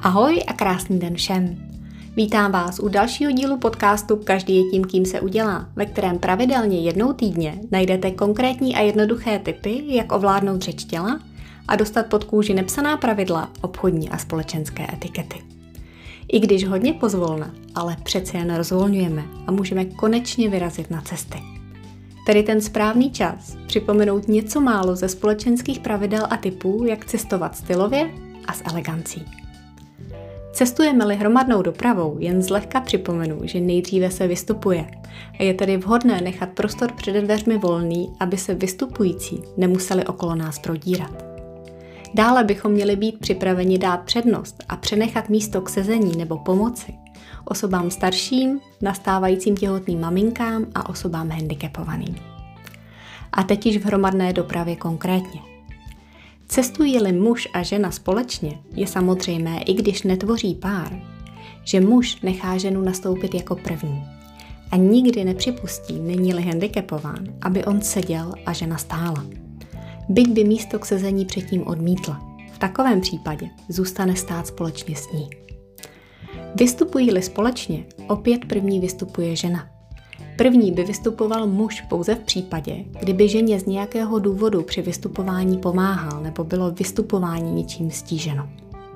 Ahoj a krásný den všem. Vítám vás u dalšího dílu podcastu Každý je tím, kým se udělá, ve kterém pravidelně jednou týdně najdete konkrétní a jednoduché tipy, jak ovládnout řeč těla a dostat pod kůži nepsaná pravidla obchodní a společenské etikety. I když hodně pozvolna, ale přece jen rozvolňujeme a můžeme konečně vyrazit na cesty. Tedy ten správný čas připomenout něco málo ze společenských pravidel a tipů, jak cestovat stylově a s elegancí. Cestujeme-li hromadnou dopravou, jen zlehka připomenu, že nejdříve se vystupuje a je tedy vhodné nechat prostor před dveřmi volný, aby se vystupující nemuseli okolo nás prodírat. Dále bychom měli být připraveni dát přednost a přenechat místo k sezení nebo pomoci osobám starším, nastávajícím těhotným maminkám a osobám handicapovaným. A teď již v hromadné dopravě konkrétně. Cestují-li muž a žena společně, je samozřejmé, i když netvoří pár, že muž nechá ženu nastoupit jako první a nikdy nepřipustí, není-li handicapován, aby on seděl a žena stála. Byť by místo k sezení předtím odmítla. V takovém případě zůstane stát společně s ní. Vystupují-li společně, opět první vystupuje žena. První by vystupoval muž pouze v případě, kdyby ženě z nějakého důvodu při vystupování pomáhal nebo bylo vystupování něčím stíženo.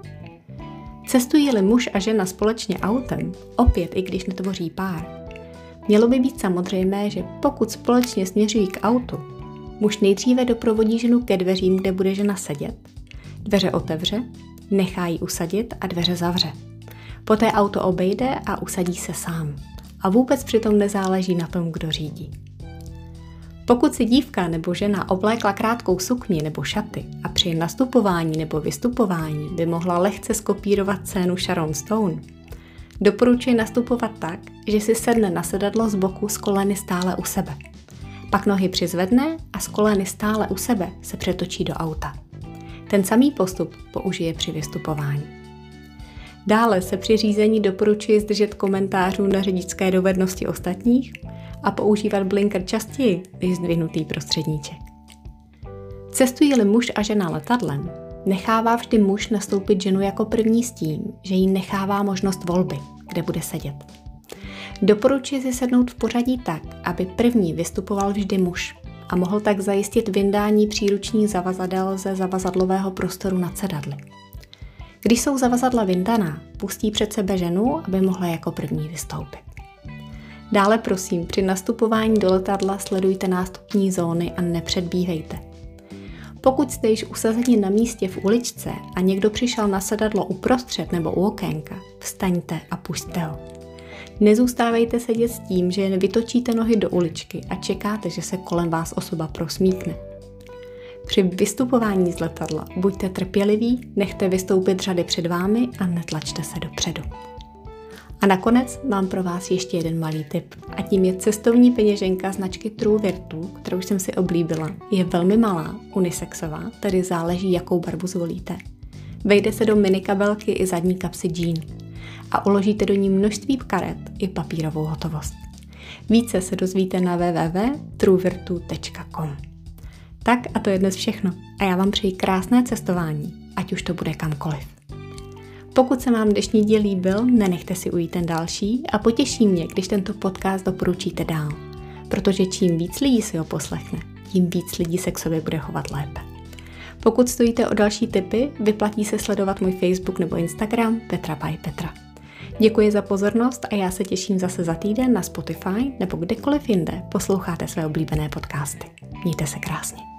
Cestují-li muž a žena společně autem, opět i když netvoří pár, mělo by být samozřejmé, že pokud společně směřují k autu, muž nejdříve doprovodí ženu ke dveřím, kde bude žena sedět, dveře otevře, nechá ji usadit a dveře zavře. Poté auto obejde a usadí se sám. A vůbec přitom nezáleží na tom, kdo řídí. Pokud si dívka nebo žena oblékla krátkou sukni nebo šaty a při nastupování nebo vystupování by mohla lehce skopírovat scénu Sharon Stone, doporučuji nastupovat tak, že si sedne na sedadlo z boku s koleny stále u sebe. Pak nohy přizvedne a s koleny stále u sebe se přetočí do auta. Ten samý postup použije při vystupování. Dále se při řízení doporučuji zdržet komentářů na řidičské dovednosti ostatních a používat blinker častěji než zdvihnutý prostředníček. Cestují-li muž a žena letadlem, nechává vždy muž nastoupit ženu jako první s tím, že jí nechává možnost volby, kde bude sedět. Doporučuji si sednout v pořadí tak, aby první vystupoval vždy muž a mohl tak zajistit vyndání příručních zavazadel ze zavazadlového prostoru nad sedadly. Když jsou zavazadla vyndaná, pustí před sebe ženu, aby mohla jako první vystoupit. Dále prosím, při nastupování do letadla sledujte nástupní zóny a nepředbíhejte. Pokud jste již usazeni na místě v uličce a někdo přišel na sedadlo uprostřed nebo u okénka, vstaňte a pusťte ho. Nezůstávejte sedět s tím, že jen vytočíte nohy do uličky a čekáte, že se kolem vás osoba prosmíkne. Při vystupování z letadla buďte trpěliví, nechte vystoupit řady před vámi a netlačte se dopředu. A nakonec mám pro vás ještě jeden malý tip a tím je cestovní peněženka značky True Virtu, kterou jsem si oblíbila. Je velmi malá, unisexová, tedy záleží, jakou barvu zvolíte. Vejde se do minikabelky i zadní kapsy džín a uložíte do ní množství karet i papírovou hotovost. Více se dozvíte na www.truevirtu.com. Tak a to je dnes všechno a já vám přeji krásné cestování, ať už to bude kamkoliv. Pokud se vám dnešní díl líbil, nenechte si ujít ten další a potěší mě, když tento podcast doporučíte dál, protože čím víc lidí si ho poslechne, tím víc lidí se k sobě bude chovat lépe. Pokud stojíte o další tipy, vyplatí se sledovat můj Facebook nebo Instagram Petra by Petra. Děkuji za pozornost a já se těším zase za týden na Spotify nebo kdekoliv jinde posloucháte své oblíbené podcasty. Mějte se krásně.